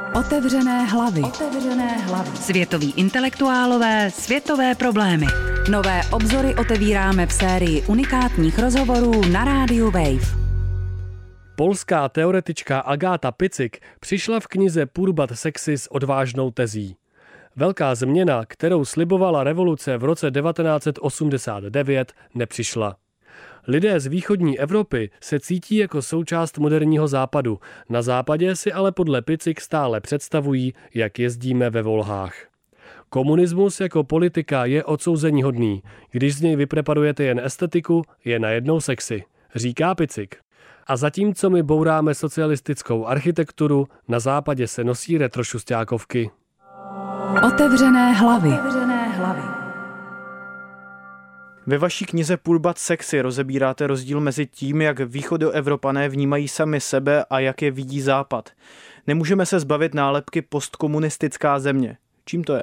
Otevřené hlavy. Otevřené hlavy. Světoví intelektuálové, světové problémy. Nové obzory otevíráme v sérii unikátních rozhovorů na rádiu Wave. Polská teoretička Agata Picik přišla v knize Purbat sexy s odvážnou tezí. Velká změna, kterou slibovala revoluce v roce 1989, nepřišla. Lidé z východní Evropy se cítí jako součást moderního západu. Na západě si ale podle Picik stále představují, jak jezdíme ve Volhách. Komunismus jako politika je odsouzeníhodný. Když z něj vypreparujete jen estetiku, je najednou sexy, říká Picik. A zatímco my bouráme socialistickou architekturu, na západě se nosí retrošusťákovky. Otevřené hlavy. Otevřené hlavy. Ve vaší knize Purbat sexy rozebíráte rozdíl mezi tím, jak východoevropané vnímají sami sebe a jak je vidí Západ. Nemůžeme se zbavit nálepky postkomunistická země. Čím to je?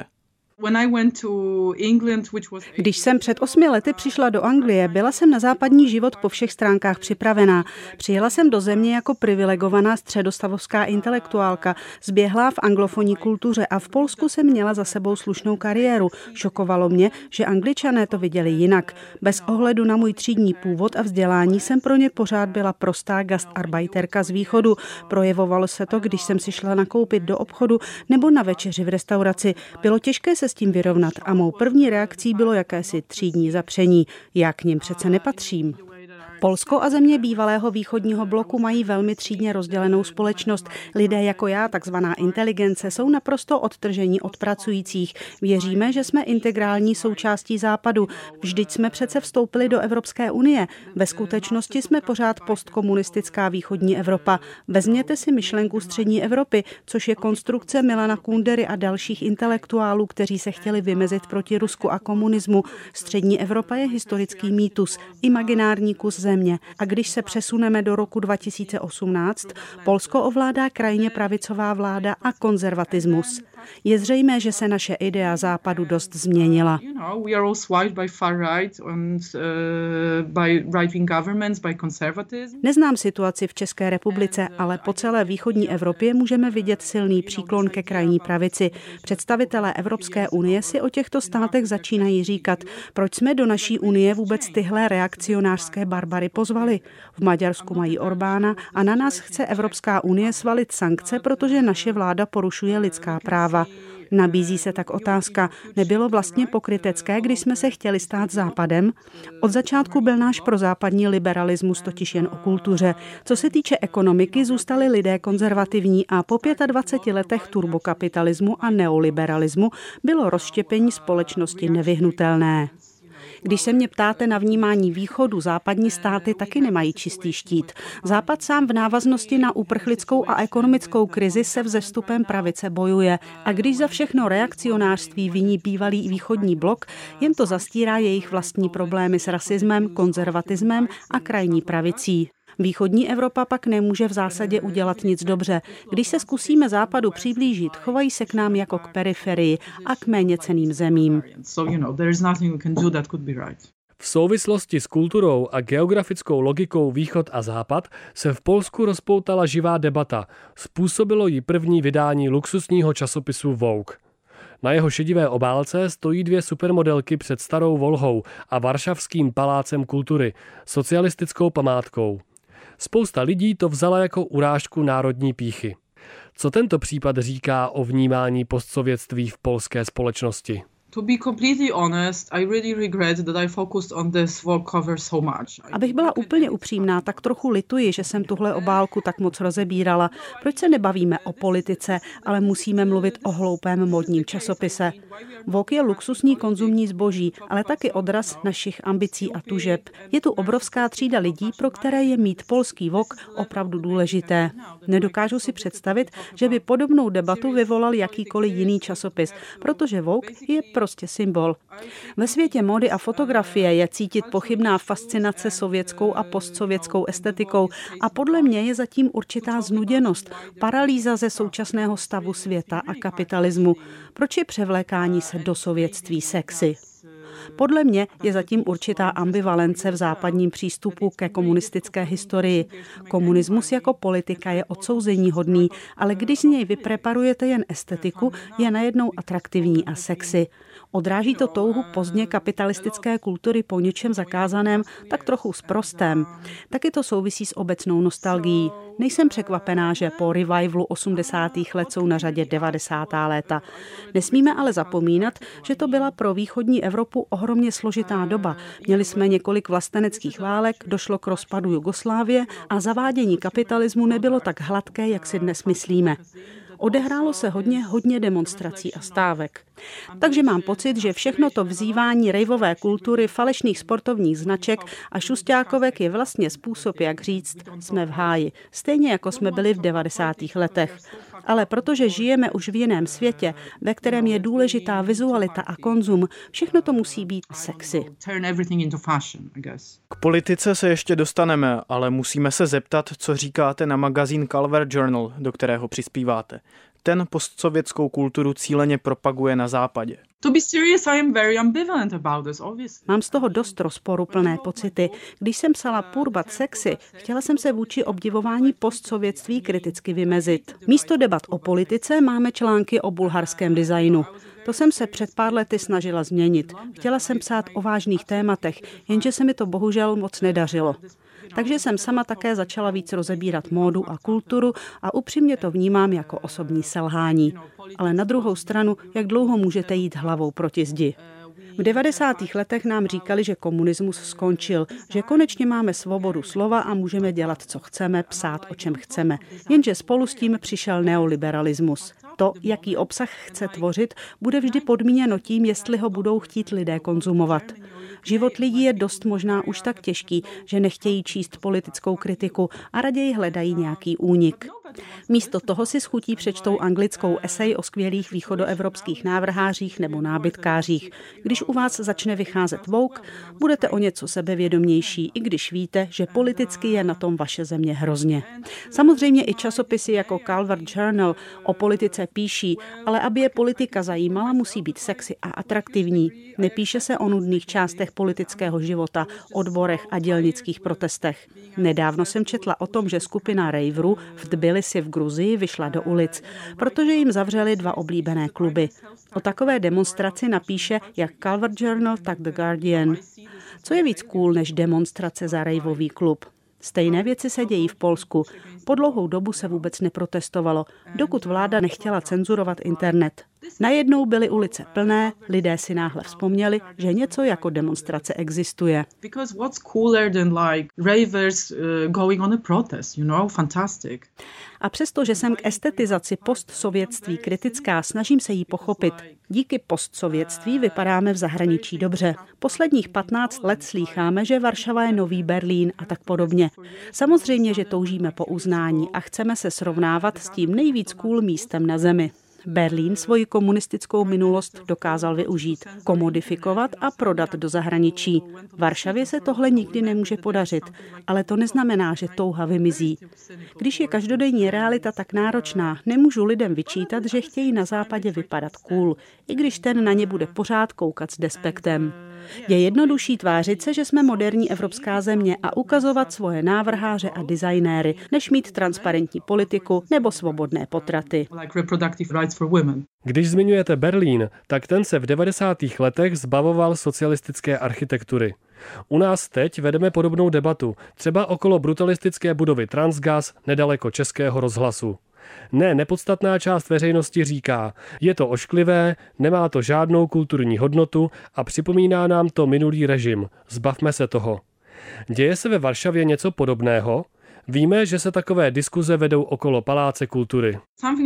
Když jsem před 8 lety přišla do Anglie, byla jsem na západní život po všech stránkách připravená. Přijela jsem do země jako privilegovaná středostavovská intelektuálka, zběhlá v anglofonní kultuře a v Polsku jsem měla za sebou slušnou kariéru. Šokovalo mě, že Angličané to viděli jinak. Bez ohledu na můj třídní původ a vzdělání jsem pro ně pořád byla prostá gastarbeiterka z východu. Projevovalo se to, když jsem si šla nakoupit do obchodu nebo na večeři v restauraci. Bylo těžké se s tím vyrovnat a mou první reakcí bylo jakési třídní zapření. Já k nim přece nepatřím. Polsko a země bývalého východního bloku mají velmi třídně rozdělenou společnost. Lidé jako já, takzvaná inteligence, jsou naprosto odtržení od pracujících. Věříme, že jsme integrální součástí Západu. Vždyť jsme přece vstoupili do Evropské unie. Ve skutečnosti jsme pořád postkomunistická východní Evropa. Vezměte si myšlenku střední Evropy, což je konstrukce Milana Kundery a dalších intelektuálů, kteří se chtěli vymezit proti Rusku a komunismu. Střední Evropa je historický mýtus, imaginární kus země. A když se přesuneme do roku 2018, Polsko ovládá krajně pravicová vláda a konzervatismus. Je zřejmé, že se naše idea Západu dost změnila. Neznám situaci v České republice, ale po celé východní Evropě můžeme vidět silný příklon ke krajní pravici. Představitelé Evropské unie si o těchto státech začínají říkat, proč jsme do naší unie vůbec tyhle reakcionářské barbary pozvali. V Maďarsku mají Orbána a na nás chce Evropská unie svalit sankce, protože naše vláda porušuje lidská práva. Nabízí se tak otázka, nebylo vlastně pokrytecké, když jsme se chtěli stát Západem? Od začátku byl náš prozápadní liberalismus totiž jen o kultuře. Co se týče ekonomiky, zůstali lidé konzervativní a po 25 letech turbokapitalismu a neoliberalismu bylo rozštěpení společnosti nevyhnutelné. Když se mě ptáte na vnímání východu, západní státy taky nemají čistý štít. Západ sám v návaznosti na uprchlickou a ekonomickou krizi se vzestupem pravice bojuje. A když za všechno reakcionářství viní bývalý východní blok, jen to zastírá jejich vlastní problémy s rasismem, konzervatismem a krajní pravicí. Východní Evropa pak nemůže v zásadě udělat nic dobře. Když se zkusíme Západu přiblížit, chovají se k nám jako k periferii a k méněcenným zemím. V souvislosti s kulturou a geografickou logikou Východ a Západ se v Polsku rozpoutala živá debata. Způsobilo ji první vydání luxusního časopisu Vogue. Na jeho šedivé obálce stojí 2 supermodelky před Starou Volhou a Varšavským palácem kultury, socialistickou památkou. Spousta lidí to vzala jako urážku národní pýchy. Co tento případ říká o vnímání postsovětství v polské společnosti? Abych byla úplně upřímná, tak trochu lituji, že jsem tuhle obálku tak moc rozebírala. Proč se nebavíme o politice, ale musíme mluvit o hloupém módním časopise? Vogue je luxusní konzumní zboží, ale taky odraz našich ambicí a tužeb. Je tu obrovská třída lidí, pro které je mít polský Vogue opravdu důležité. Nedokážu si představit, že by podobnou debatu vyvolal jakýkoliv jiný časopis, protože Vogue je prostě symbol. Ve světě módy a fotografie je cítit pochybná fascinace sovětskou a postsovětskou estetikou a podle mě je zatím určitá znuděnost, paralýza ze současného stavu světa a kapitalismu. Proč je převlékání se do sovětství sexy? Podle mě je zatím určitá ambivalence v západním přístupu ke komunistické historii. Komunismus jako politika je odsouzeníhodný, ale když z něj vypreparujete jen estetiku, je najednou atraktivní a sexy. Odráží to touhu pozdně kapitalistické kultury po něčem zakázaném, tak trochu sprostém. Taky to souvisí s obecnou nostalgií. Nejsem překvapená, že po revivalu 80. let jsou na řadě 90. léta. Nesmíme ale zapomínat, že to byla pro východní Evropu ohromně složitá doba. Měli jsme několik vlasteneckých válek, došlo k rozpadu Jugoslávie a zavádění kapitalismu nebylo tak hladké, jak si dnes myslíme. Odehrálo se hodně demonstrací a stávek. Takže mám pocit, že všechno to vzývání rejvové kultury, falešných sportovních značek a šusťákovek je vlastně způsob, jak říct, jsme v háji. Stejně jako jsme byli v 90. letech. Ale protože žijeme už v jiném světě, ve kterém je důležitá vizualita a konzum, všechno to musí být sexy. K politice se ještě dostaneme, ale musíme se zeptat, co říkáte na magazín Calvert Journal, do kterého přispíváte. Ten postsovětskou kulturu cíleně propaguje na západě. Mám z toho dost rozporuplné pocity. Když jsem psala Purbat sexy, chtěla jsem se vůči obdivování postsovětství kriticky vymezit. Místo debat o politice máme články o bulharském designu. To jsem se před pár lety snažila změnit. Chtěla jsem psát o vážných tématech, jenže se mi to bohužel moc nedařilo. Takže jsem sama také začala víc rozebírat módu a kulturu a upřímně to vnímám jako osobní selhání. Ale na druhou stranu, jak dlouho můžete jít hlavou proti zdi? V 90. letech nám říkali, že komunismus skončil, že konečně máme svobodu slova a můžeme dělat, co chceme, psát, o čem chceme. Jenže spolu s tím přišel neoliberalismus. To, jaký obsah chce tvořit, bude vždy podmíněno tím, jestli ho budou chtít lidé konzumovat. Život lidí je dost možná už tak těžký, že nechtějí číst politickou kritiku a raději hledají nějaký únik. Místo toho si s chutí přečtou anglickou esej o skvělých východoevropských návrhářích nebo nábytkářích. Když u vás začne vycházet Vogue, budete o něco sebevědomější, i když víte, že politicky je na tom vaše země hrozně. Samozřejmě i časopisy jako Calvert Journal o politice píší, ale aby je politika zajímala, musí být sexy a atraktivní. Nepíše se o nudných částech politického života, odborech a dělnických protestech. Nedávno jsem četla o tom, že skupina rejvrů v Tbilisi v Gruzii vyšla do ulic, protože jim zavřeli 2 oblíbené kluby. O takové demonstraci napíše jak Calvert Journal, tak The Guardian. Co je víc cool než demonstrace za rejvový klub? Stejné věci se dějí v Polsku. Po dlouhou dobu se vůbec neprotestovalo, dokud vláda nechtěla cenzurovat internet. Najednou byly ulice plné, lidé si náhle vzpomněli, že něco jako demonstrace existuje. A přesto, že jsem k estetizaci postsovětství kritická, snažím se jí pochopit. Díky postsovětství vypadáme v zahraničí dobře. Posledních 15 let slýcháme, že Varšava je nový Berlín a tak podobně. Samozřejmě, že toužíme po uznání a chceme se srovnávat s tím nejvíc cool místem na zemi. Berlín svoji komunistickou minulost dokázal využít, komodifikovat a prodat do zahraničí. Varšavě se tohle nikdy nemůže podařit, ale to neznamená, že touha vymizí. Když je každodenní realita tak náročná, nemůžu lidem vyčítat, že chtějí na západě vypadat cool, i když ten na ně bude pořád koukat s despektem. Je jednodušší tvářit se, že jsme moderní evropská země a ukazovat svoje návrháře a designéry, než mít transparentní politiku nebo svobodné potraty. Když zmiňujete Berlín, tak ten se v 90. letech zbavoval socialistické architektury. U nás teď vedeme podobnou debatu, třeba okolo brutalistické budovy Transgas nedaleko Českého rozhlasu. Nepodstatná část veřejnosti říká, je to ošklivé, nemá to žádnou kulturní hodnotu a připomíná nám to minulý režim. Zbavme se toho. Děje se ve Varšavě něco podobného? Víme, že se takové diskuze vedou okolo Paláce kultury.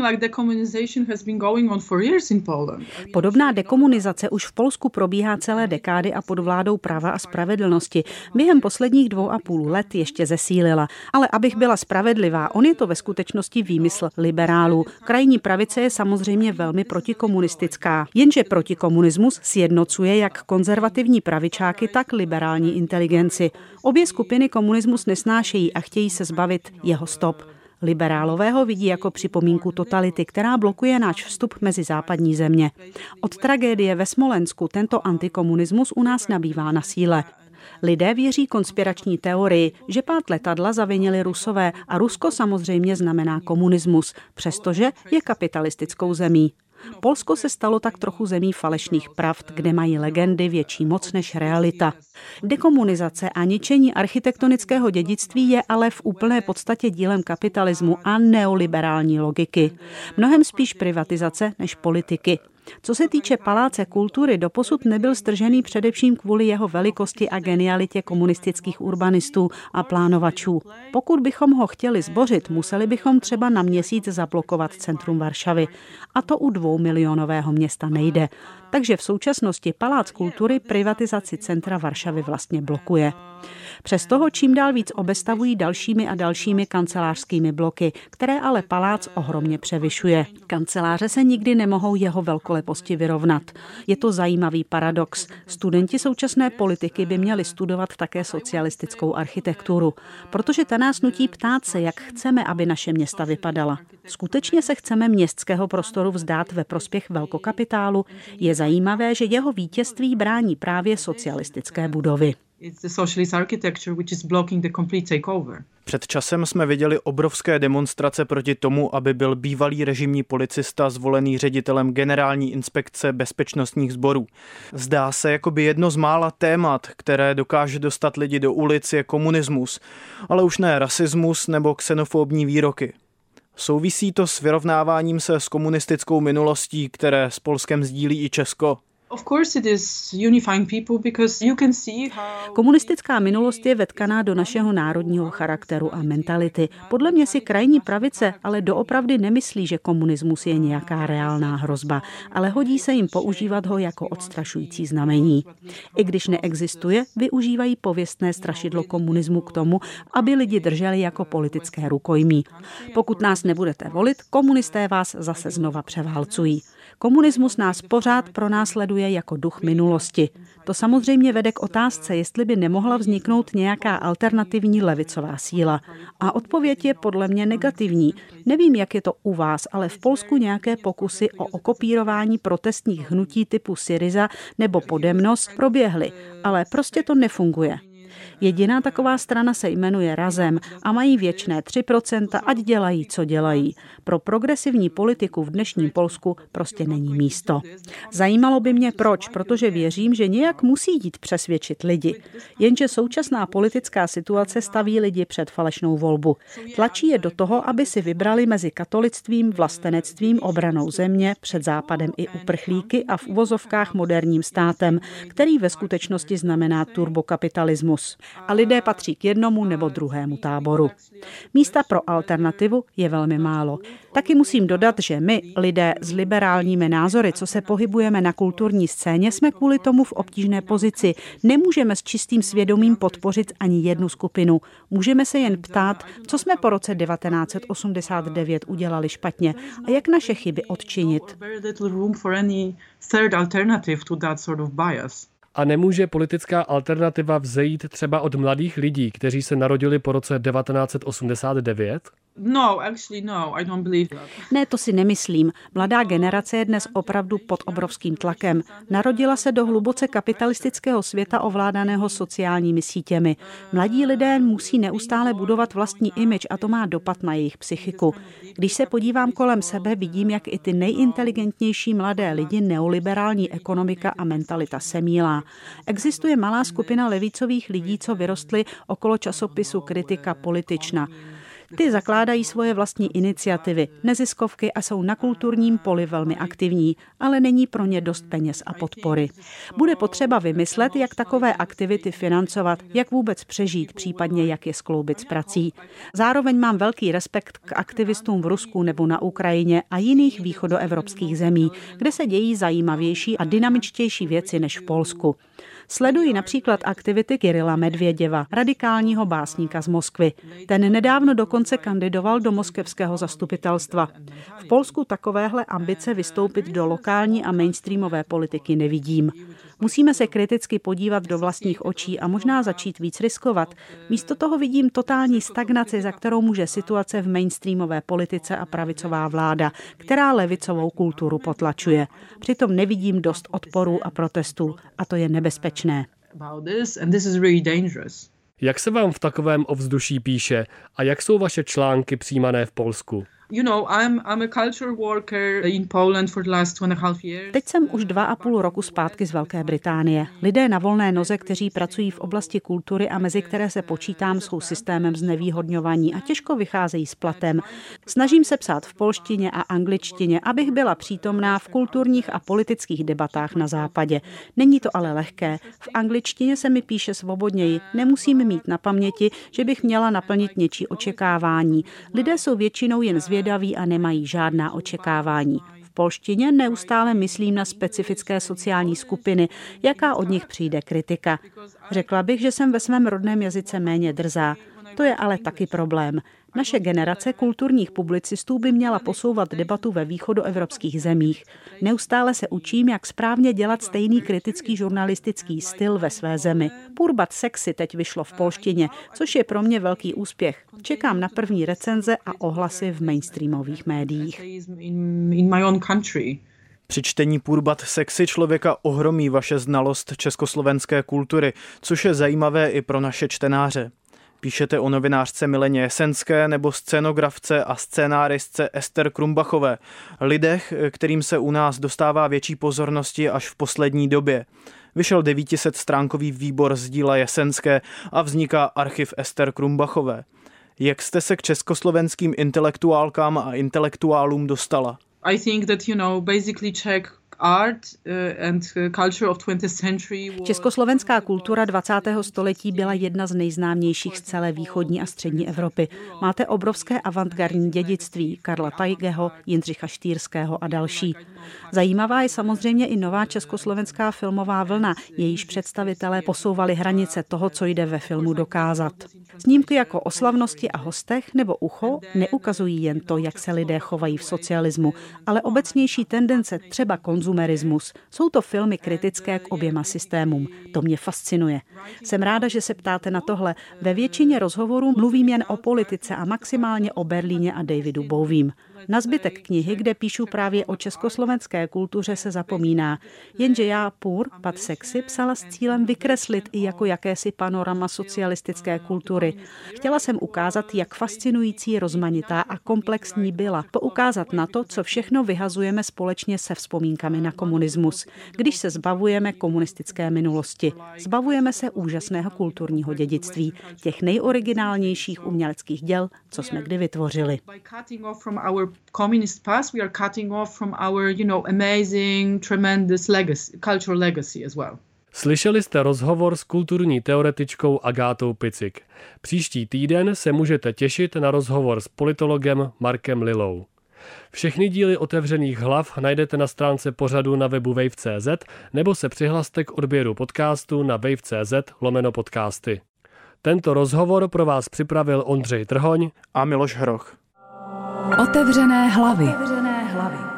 Podobná dekomunizace už v Polsku probíhá celé dekády a pod vládou Práva a spravedlnosti. Během posledních 2,5 let ještě zesílila. Ale abych byla spravedlivá, on je to ve skutečnosti výmysl liberálů. Krajní pravice je samozřejmě velmi protikomunistická. Jenže protikomunismus sjednocuje jak konzervativní pravičáky, tak liberální inteligenci. Obě skupiny komunismus nesnášejí a chtějí se zbavit jeho stop. Liberálové ho vidí jako připomínku totality, která blokuje náš vstup mezi západní země. Od tragédie ve Smolensku tento antikomunismus u nás nabývá na síle. Lidé věří konspirační teorii, že pád letadla zavinili Rusové a Rusko samozřejmě znamená komunismus, přestože je kapitalistickou zemí. Polsko se stalo tak trochu zemí falešných pravd, kde mají legendy větší moc než realita. Dekomunizace a ničení architektonického dědictví je ale v úplné podstatě dílem kapitalismu a neoliberální logiky. Mnohem spíš privatizace než politiky. Co se týče Paláce kultury, doposud nebyl stržený především kvůli jeho velikosti a genialitě komunistických urbanistů a plánovačů. Pokud bychom ho chtěli zbořit, museli bychom třeba na měsíc zablokovat centrum Varšavy. A to u 2milionového města nejde. Takže v současnosti Palác kultury privatizaci centra Varšavy vlastně blokuje. Přesto ho čím dál víc obestavují dalšími a dalšími kancelářskými bloky, které ale palác ohromně převyšuje. Kanceláře se nikdy nemohou jeho velkoleposti vyrovnat. Je to zajímavý paradox. Studenti současné politiky by měli studovat také socialistickou architekturu, protože ta nás nutí ptát se, jak chceme, aby naše města vypadala. Skutečně se chceme městského prostoru vzdát ve prospěch velkokapitálu? Je zajímavé, že jeho vítězství brání právě socialistické budovy. Před časem jsme viděli obrovské demonstrace proti tomu, aby byl bývalý režimní policista zvolený ředitelem Generální inspekce bezpečnostních sborů. Zdá se, jako by jedno z mála témat, které dokáže dostat lidi do ulic, je komunismus, ale už ne rasismus nebo xenofobní výroky. Souvisí to s vyrovnáváním se s komunistickou minulostí, které s Polskem sdílí i Česko? Komunistická minulost je vetkaná do našeho národního charakteru a mentality. Podle mě si krajní pravice ale doopravdy nemyslí, že komunismus je nějaká reálná hrozba, ale hodí se jim používat ho jako odstrašující znamení. I když neexistuje, využívají pověstné strašidlo komunismu k tomu, aby lidi drželi jako politické rukojmí. Pokud nás nebudete volit, komunisté vás zase znova převálcují. Komunismus nás pořád pronásleduje jako duch minulosti. To samozřejmě vede k otázce, jestli by nemohla vzniknout nějaká alternativní levicová síla. A odpověď je podle mě negativní. Nevím, jak je to u vás, ale v Polsku nějaké pokusy o okopírování protestních hnutí typu Syriza nebo Podemos proběhly, ale prostě to nefunguje. Jediná taková strana se jmenuje Razem a mají věčné 3%, ať dělají, co dělají. Pro progresivní politiku v dnešním Polsku prostě není místo. Zajímalo by mě proč, protože věřím, že nějak musí jít přesvědčit lidi. Jenže současná politická situace staví lidi před falešnou volbu. Tlačí je do toho, aby si vybrali mezi katolictvím, vlastenectvím, obranou země, před Západem i uprchlíky a v uvozovkách moderním státem, který ve skutečnosti znamená turbokapitalismus. A lidé patří k jednomu nebo druhému táboru. Místa pro alternativu je velmi málo. Taky musím dodat, že my, lidé s liberálními názory, co se pohybujeme na kulturní scéně, jsme kvůli tomu v obtížné pozici. Nemůžeme s čistým svědomím podpořit ani jednu skupinu. Můžeme se jen ptát, co jsme po roce 1989 udělali špatně a jak naše chyby odčinit. A nemůže politická alternativa vzejít třeba od mladých lidí, kteří se narodili po roce 1989? Ne, to si nemyslím. Mladá generace je dnes opravdu pod obrovským tlakem. Narodila se do hluboce kapitalistického světa ovládaného sociálními sítěmi. Mladí lidé musí neustále budovat vlastní image a to má dopad na jejich psychiku. Když se podívám kolem sebe, vidím, jak i ty nejinteligentnější mladé lidi neoliberální ekonomika a mentalita se mýlá. Existuje malá skupina levicových lidí, co vyrostly okolo časopisu Kritika Politična. Ty zakládají svoje vlastní iniciativy, neziskovky a jsou na kulturním poli velmi aktivní, ale není pro ně dost peněz a podpory. Bude potřeba vymyslet, jak takové aktivity financovat, jak vůbec přežít, případně jak je skloubit s prací. Zároveň mám velký respekt k aktivistům v Rusku nebo na Ukrajině a jiných východoevropských zemí, kde se dějí zajímavější a dynamičtější věci než v Polsku. Sleduji například aktivity Kirila Medvěděva, radikálního básníka z Moskvy. Ten nedávno dokonce kandidoval do moskevského zastupitelstva. V Polsku takovéhle ambice vystoupit do lokální a mainstreamové politiky nevidím. Musíme se kriticky podívat do vlastních očí a možná začít víc riskovat. Místo toho vidím totální stagnaci, za kterou může situace v mainstreamové politice a pravicová vláda, která levicovou kulturu potlačuje. Přitom nevidím dost odporu a protestů a to je nebezpečné. Jak se vám v takovém ovzduší píše a jak jsou vaše články přijímané v Polsku? I'm a culture worker in Poland for the last 2.5 years. Teď jsem už 2,5 roku zpátky z Velké Británie. Lidé na volné noze, kteří pracují v oblasti kultury a mezi které se počítám, jsou systémem znevýhodňovaní a těžko vycházejí s platem. Snažím se psát v polštině a angličtině, abych byla přítomná v kulturních a politických debatách na západě. Není to ale lehké. V angličtině se mi píše svobodněji. Nemusím mít na paměti, že bych měla naplnit něčí očekávání. Lidé jsou většinou jen zvědaví a nemají žádná očekávání. V polštině neustále myslím na specifické sociální skupiny, jaká od nich přijde kritika. Řekla bych, že jsem ve svém rodném jazyce méně drzá. To je ale taky problém. Naše generace kulturních publicistů by měla posouvat debatu ve východoevropských zemích. Neustále se učím, jak správně dělat stejný kritický žurnalistický styl ve své zemi. Purbat sexy teď vyšlo v polštině, což je pro mě velký úspěch. Čekám na první recenze a ohlasy v mainstreamových médiích. Při čtení Purbat sexy člověka ohromí vaše znalost československé kultury, což je zajímavé i pro naše čtenáře. Píšete o novinářce Mileně Jesenské nebo scénografce a scénáristce Ester Krumbachové, lidech, kterým se u nás dostává větší pozornosti až v poslední době. Vyšel 900stránkový výbor z díla Jesenské a vzniká archiv Ester Krumbachové. Jak jste se k československým intelektuálkám a intelektuálům dostala? I think that, basically Czech art and culture of 20th century. Československá kultura 20. století byla jedna z nejznámějších z celé východní a střední Evropy. Máte obrovské avantgardní dědictví Karla Tajgeho, Jindřicha Štýrského a další. Zajímavá je samozřejmě i nová československá filmová vlna, jejíž představitelé posouvali hranice toho, co jde ve filmu dokázat. Snímky jako O slavnosti a hostech nebo Ucho neukazují jen to, jak se lidé chovají v socialismu, ale obecnější tendence, třeba konzumerismus. Jsou to filmy kritické k oběma systémům. To mě fascinuje. Jsem ráda, že se ptáte na tohle. Ve většině rozhovorů mluvím jen o politice a maximálně o Berlíně a Davidu Bowiem. Na zbytek knihy, kde píšu právě o československé kultuře, se zapomíná. Jenže já Purbat sexy psala s cílem vykreslit i jako jakési panorama socialistické kultury. Chtěla jsem ukázat, jak fascinující, rozmanitá a komplexní byla. Poukázat na to, co všechno vyhazujeme společně se vzpomínkami na komunismus, když se zbavujeme komunistické minulosti. Zbavujeme se úžasného kulturního dědictví, těch nejoriginálnějších uměleckých děl, co jsme kdy vytvořili. Communist past, we are cutting off from our, amazing, tremendous legacy, cultural legacy as well. Slyšeli jste rozhovor s kulturní teoretičkou Agátou Picik. Příští týden se můžete těšit na rozhovor s politologem Markem Lilou. Všechny díly Otevřených hlav najdete na stránce pořadu na webu wave.cz nebo se přihlaste k odběru podcastu na wave.cz/podcasty. Tento rozhovor pro vás připravil Ondřej Trhoň a Miloš Hroch. Otevřené hlavy.